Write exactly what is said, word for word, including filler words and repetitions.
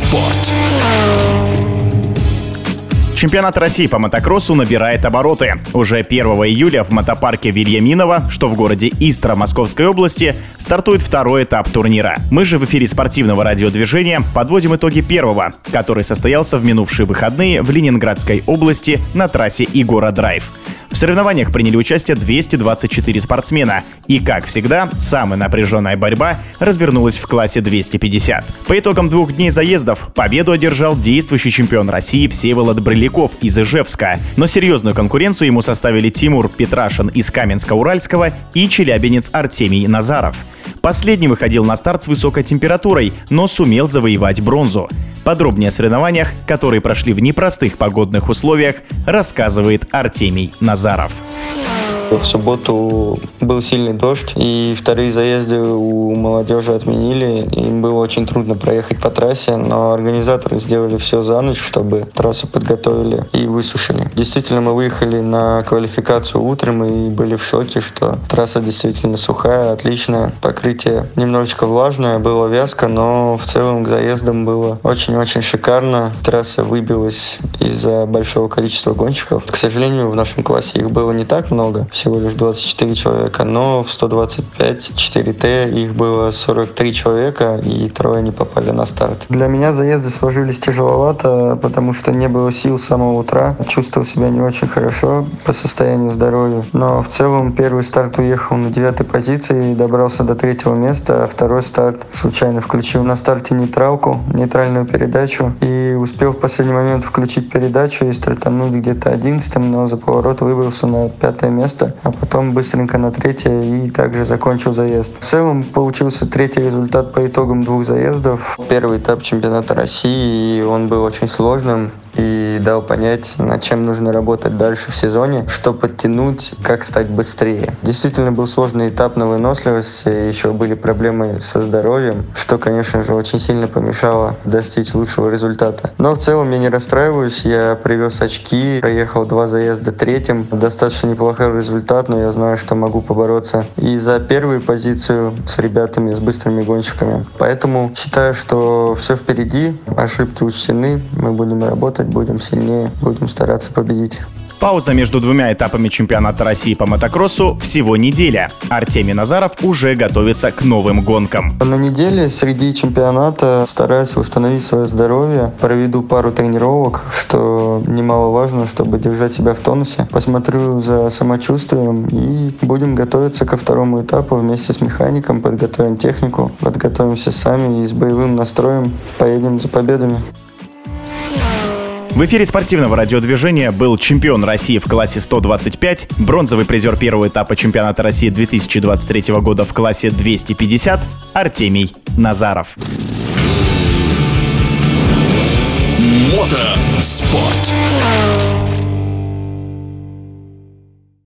спорт. Чемпионат России по мотокроссу набирает обороты. Уже первого июля в мотопарке Вильяминово, что в городе Истра Московской области, стартует второй этап турнира. Мы же в эфире спортивного радиодвижения подводим итоги первого, который состоялся в минувшие выходные в Ленинградской области на трассе Игора-Драйв. В соревнованиях приняли участие двести двадцать четыре спортсмена. И, как всегда, самая напряженная борьба развернулась в классе двести пятьдесят. По итогам двух дней заездов победу одержал действующий чемпион России Всеволод Брыляков из Ижевска. Но серьезную конкуренцию ему составили Тимур Петрашин из Каменска-Уральского и челябинец Артемий Назаров. Последний выходил на старт с высокой температурой, но сумел завоевать бронзу. Подробнее о соревнованиях, которые прошли в непростых погодных условиях, рассказывает Артемий Назаров. В субботу был сильный дождь, и вторые заезды у молодежи отменили. Им было очень трудно проехать по трассе, но организаторы сделали все за ночь, чтобы трассу подготовили и высушили. Действительно, мы выехали на квалификацию утром и были в шоке, что трасса действительно сухая, отличная. Покрытие немножечко влажное, было вязко, но в целом к заездам было очень-очень шикарно. Трасса выбилась из-за большого количества гонщиков. К сожалению, в нашем классе их было не так много, всего лишь двадцать четыре человека, но в сто двадцать пять четыре тэ их было сорок три человека, и трое не попали на старт. Для меня заезды сложились тяжеловато, потому что не было сил с самого утра. Чувствовал себя не очень хорошо по состоянию здоровья. Но в целом первый старт уехал на девятой позиции и добрался до третьего места, а второй старт случайно включил на старте нейтралку, нейтральную передачу, и успел в последний момент включить передачу и стартануть где-то одиннадцатым, но за поворот выбрался на пятое место, а потом быстренько на третье и также закончил заезд. В целом получился третий результат по итогам двух заездов. Первый этап чемпионата России, и он был очень сложным и дал понять, над чем нужно работать дальше в сезоне, что подтянуть, как стать быстрее. Действительно был сложный этап на выносливость, еще были проблемы со здоровьем, что, конечно же, очень сильно помешало достичь лучшего результата. Но в целом я не расстраиваюсь, я привез очки, проехал два заезда третьим, достаточно неплохой результат, но я знаю, что могу побороться и за первую позицию с ребятами, с быстрыми гонщиками. Поэтому считаю, что все впереди, ошибки учтены, мы будем работать, будем сильнее, будем стараться победить. Пауза между двумя этапами чемпионата России по мотокроссу всего неделя. Артемий Назаров уже готовится к новым гонкам. На неделе среди чемпионата стараюсь восстановить свое здоровье. Проведу пару тренировок, что немаловажно, чтобы держать себя в тонусе. Посмотрю за самочувствием и будем готовиться ко второму этапу вместе с механиком. Подготовим технику, подготовимся сами и с боевым настроем поедем за победами. В эфире спортивного радиодвижения был чемпион России в классе сто двадцать пять, бронзовый призер первого этапа чемпионата России две тысячи двадцать третьего года в классе двести пятьдесят Артемий Назаров. Мотоспорт.